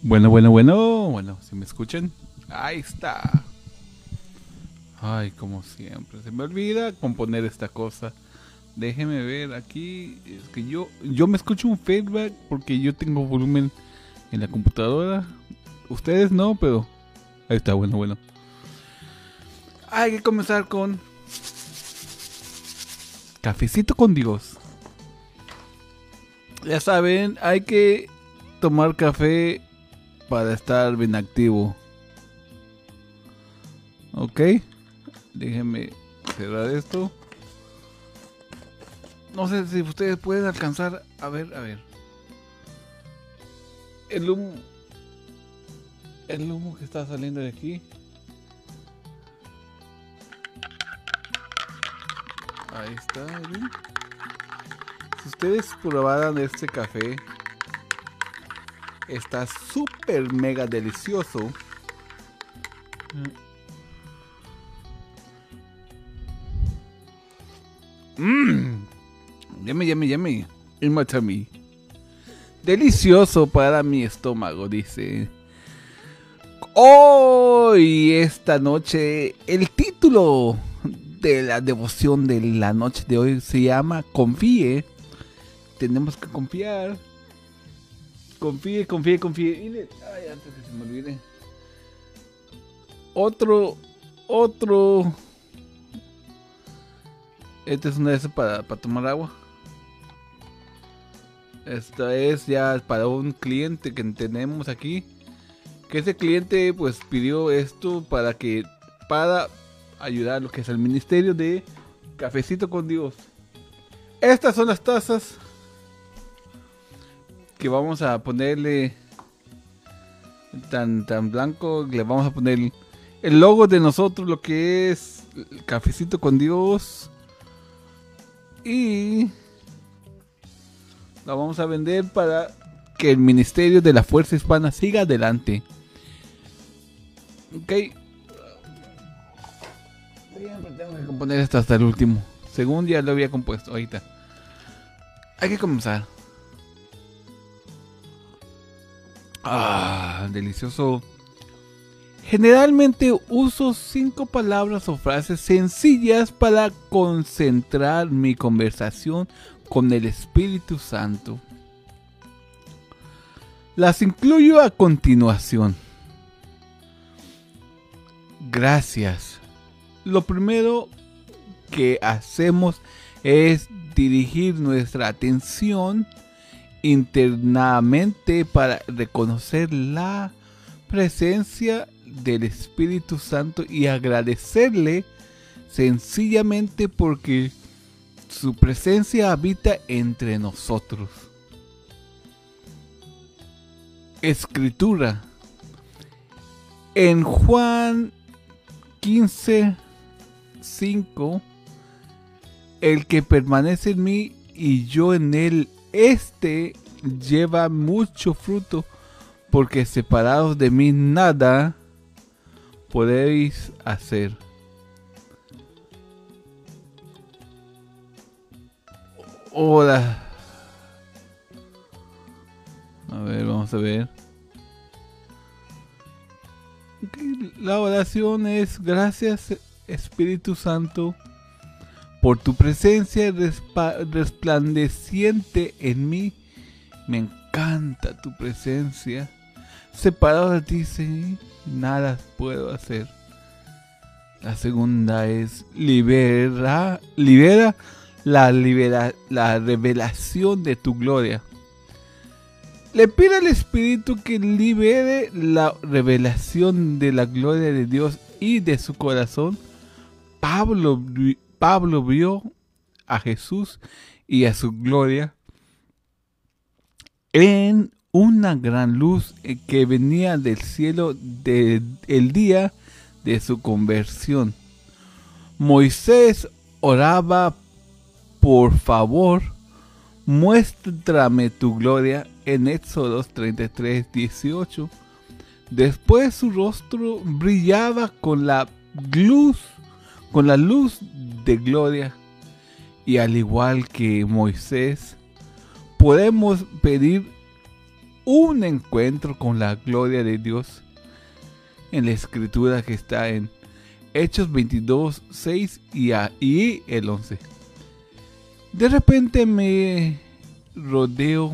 Bueno, si me escuchan, ahí está. Ay, como siempre, se me olvida componer esta cosa. Déjeme ver aquí, es que yo me escucho un feedback porque yo tengo volumen en la computadora. Ustedes no, pero ahí está, bueno. Hay que comenzar con cafecito con Dios. Ya saben, hay que tomar café para estar bien activo. Ok, déjenme cerrar esto. No sé si ustedes pueden alcanzar a ver. El humo que está saliendo de aquí. Ahí está, ¿ven? Si ustedes probaran este café, está súper mega delicioso. Yummy. In my tummy. Delicioso para mi estómago, dice. Hoy, esta noche, el título de la devoción de la noche de hoy se llama Confíe. Tenemos que confiar. Confíe. Ay, antes que se me olvide. Otro. Este es una de esas para tomar agua. Esta es ya para un cliente que tenemos aquí. Que ese cliente pues pidió esto para ayudar a lo que es el ministerio de Cafecito con Dios. Estas son las tazas que vamos a ponerle tan blanco. Le vamos a poner el logo de nosotros, lo que es Cafecito con Dios. Y la vamos a vender para que el ministerio de la Fuerza Hispana siga adelante. Ok. Siempre tengo que componer esto hasta el último. Según ya lo había compuesto ahorita. Hay que comenzar. Delicioso. Generalmente uso 5 palabras o frases sencillas para concentrar mi conversación con el Espíritu Santo. Las incluyo a continuación. Gracias. Lo primero que hacemos es dirigir nuestra atención internamente para reconocer la presencia del Espíritu Santo y agradecerle sencillamente porque su presencia habita entre nosotros. Escritura. En Juan 15:5, el que permanece en mí y yo en él, este lleva mucho fruto, porque separados de mí nada podéis hacer. Hola. A ver, vamos a ver. Okay, la oración es: gracias Espíritu Santo por tu presencia resplandeciente en mí. Me encanta tu presencia. Separado de ti, sí, nada puedo hacer. La segunda es: libera la revelación de tu gloria. Le pido al Espíritu que libere la revelación de la gloria de Dios y de su corazón. Pablo vio a Jesús y a su gloria en una gran luz que venía del cielo el día de su conversión. Moisés oraba: por favor, muéstrame tu gloria, en Éxodo 33:18. Después su rostro brillaba con la luz de gloria, y al igual que Moisés, podemos pedir un encuentro con la gloria de Dios en la escritura que está en Hechos 22, 6 y el 11. De repente me rodeo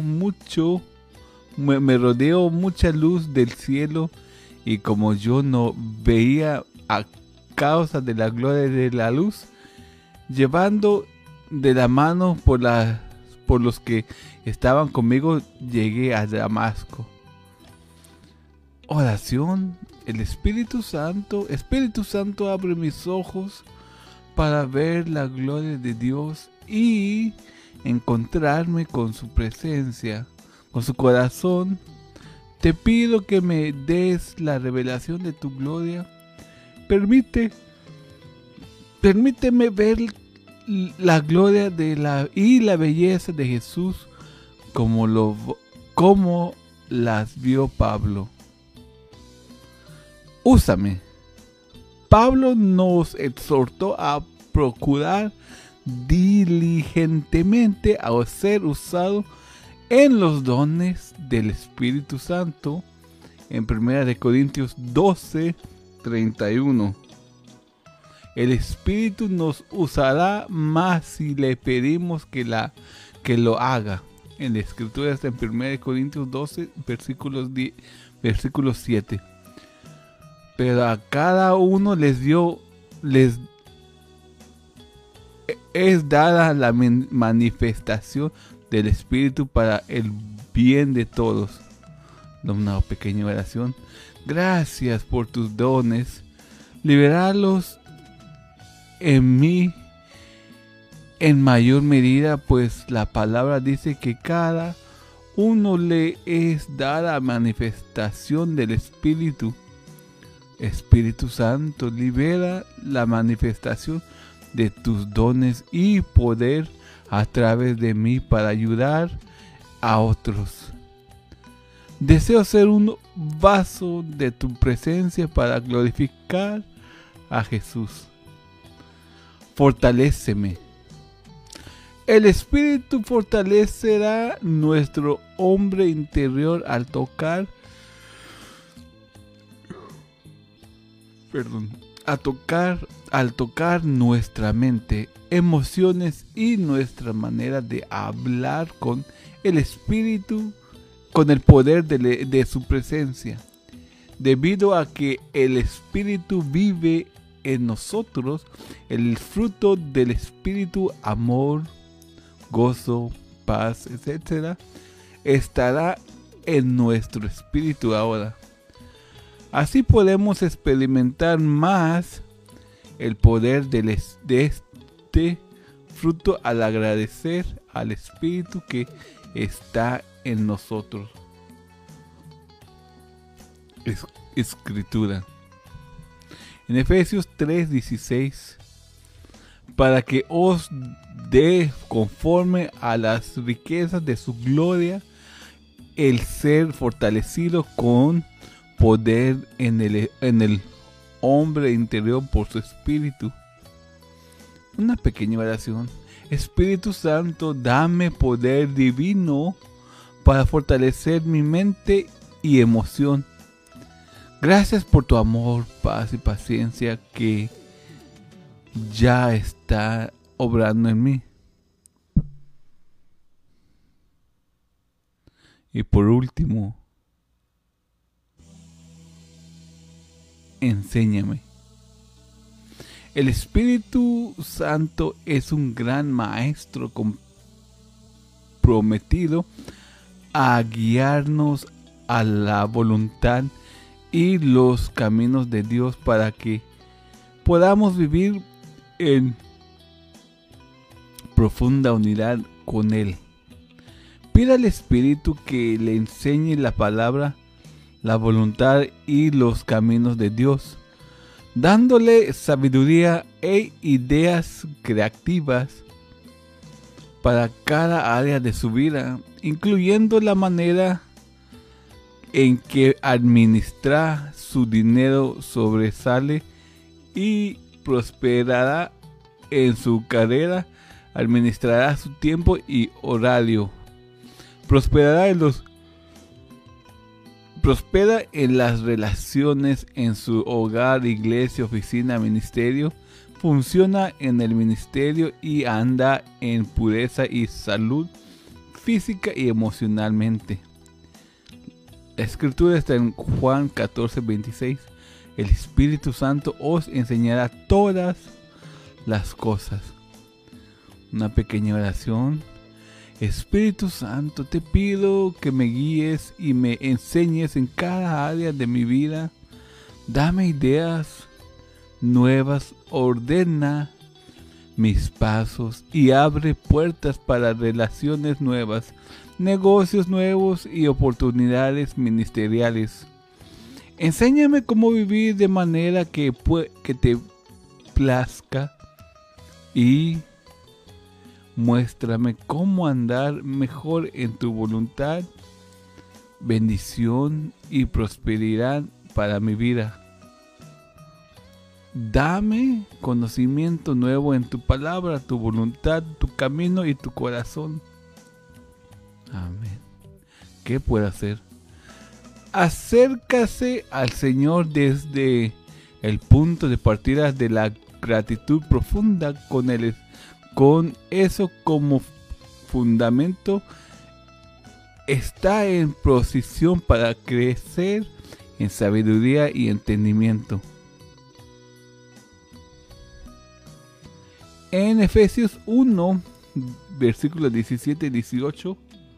mucha luz del cielo, y como yo no veía a causa de la gloria de la luz, llevando de la mano por los que estaban conmigo, llegué a Damasco. Oración. El Espíritu Santo, abre mis ojos para ver la gloria de Dios y encontrarme con su presencia, con su corazón. Te pido que me des la revelación de tu gloria. Permíteme ver la gloria y la belleza de Jesús como las vio Pablo. Úsame. Pablo nos exhortó a procurar diligentemente a ser usado en los dones del Espíritu Santo en 1 Corintios 12, 31. El Espíritu nos usará más si le pedimos que lo haga. En la Escritura está en 1 Corintios 12, versículo 7. Pero a cada uno les es dada la manifestación del Espíritu para el bien de todos. Una pequeña oración. Gracias por tus dones. Liberarlos en mí en mayor medida, pues la palabra dice que cada uno le es dada manifestación del Espíritu. Espíritu Santo, libera la manifestación de tus dones y poder a través de mí para ayudar a otros. Deseo ser un vaso de tu presencia para glorificar a Jesús. Fortaléceme. El Espíritu fortalecerá nuestro hombre interior al tocar nuestra mente, emociones y nuestra manera de hablar con el Espíritu, con el poder de su presencia. Debido a que el Espíritu vive en nosotros, el fruto del Espíritu, amor, gozo, paz, etc., estará en nuestro espíritu ahora. Así podemos experimentar más el poder de este fruto al agradecer al Espíritu que está en nosotros. Escritura. En Efesios 3:16, para que os dé conforme a las riquezas de su gloria el ser fortalecido con poder en el hombre interior por su Espíritu. Una pequeña oración. Espíritu Santo, dame poder divino para fortalecer mi mente y emoción. Gracias por tu amor, paz y paciencia que ya está obrando en mí. Y por último, enséñame. El Espíritu Santo es un gran maestro comprometido a guiarnos a la voluntad y los caminos de Dios para que podamos vivir en profunda unidad con Él. Pida al Espíritu que le enseñe la palabra, la voluntad y los caminos de Dios, dándole sabiduría e ideas creativas para cada área de su vida, incluyendo la manera en que administrar su dinero sobresale y prosperará en su carrera, administrará su tiempo y horario, prosperará en los Prospera en las relaciones en su hogar, iglesia, oficina, ministerio. Funciona en el ministerio y anda en pureza y salud física y emocionalmente. La escritura está en Juan 14:26. El Espíritu Santo os enseñará todas las cosas. Una pequeña oración. Espíritu Santo, te pido que me guíes y me enseñes en cada área de mi vida. Dame ideas nuevas, ordena mis pasos y abre puertas para relaciones nuevas, negocios nuevos y oportunidades ministeriales. Enséñame cómo vivir de manera que te plazca y muéstrame cómo andar mejor en tu voluntad, bendición y prosperidad para mi vida. Dame conocimiento nuevo en tu palabra, tu voluntad, tu camino y tu corazón. Amén. ¿Qué puedo hacer? Acércase al Señor desde el punto de partida de la gratitud profunda con eso como fundamento. Está en posición para crecer en sabiduría y entendimiento. En Efesios 1, versículos 17 y 18,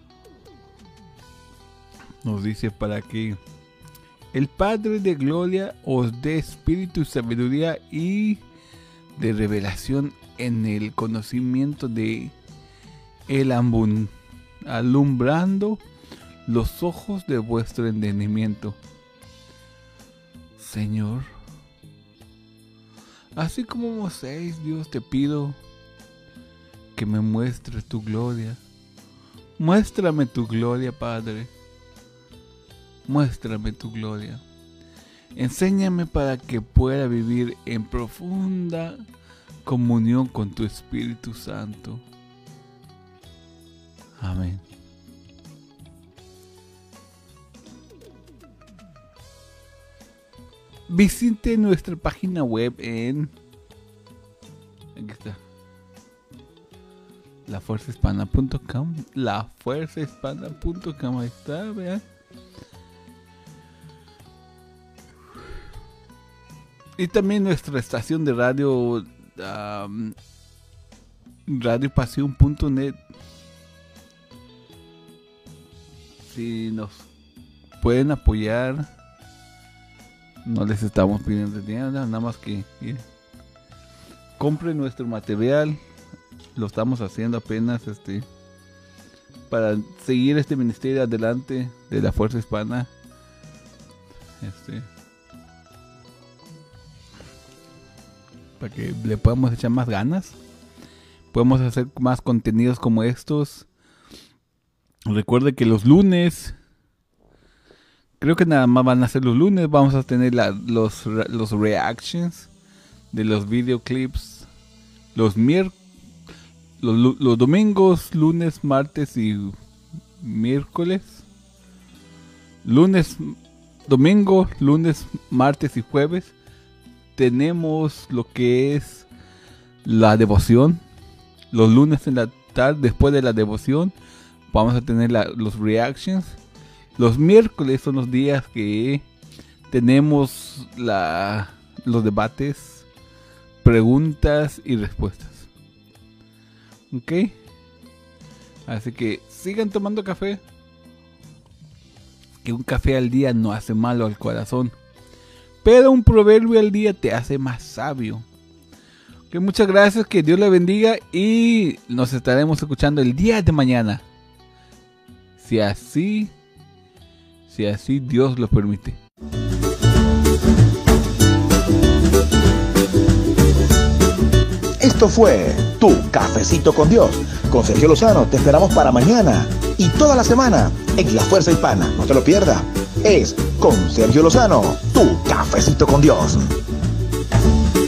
nos dice para que el Padre de gloria os dé espíritu y sabiduría y de revelación en el conocimiento de Él, alumbrando los ojos de vuestro entendimiento. Señor, así como Moisés, Dios, te pido que me muestres tu gloria. Muéstrame tu gloria, Padre. Muéstrame tu gloria. Enséñame para que pueda vivir en profunda comunión con tu Espíritu Santo. Amén. Visite nuestra página web en... Aquí está. lafuerzahispana.com. lafuerzahispana.com. Ahí está, vean. Y también nuestra estación de radio, radiopasión.net. Si nos pueden apoyar, no les estamos pidiendo dinero, nada más que compren nuestro material. Lo estamos haciendo apenas para seguir este ministerio adelante de la Fuerza Hispana. Para que le podamos echar más ganas, podemos hacer más contenidos como estos. Recuerde que los lunes, creo que nada más van a ser los lunes, vamos a tener los reactions de los videoclips los domingos, lunes, martes y miércoles. Domingo, lunes, martes y jueves tenemos lo que es la devoción. Los lunes en la tarde, después de la devoción, vamos a tener los reactions. Los miércoles son los días que tenemos los debates, preguntas y respuestas. Ok, así que sigan tomando café, que un café al día no hace malo al corazón, pero un proverbio al día te hace más sabio. Que muchas gracias, que Dios le bendiga y nos estaremos escuchando el día de mañana, si así Dios lo permite. Esto fue Tu Cafecito con Dios. Con Sergio Lozano te esperamos para mañana y toda la semana en La Fuerza Hispana. No te lo pierdas. Es con Sergio Lozano, Tu Cafecito con Dios.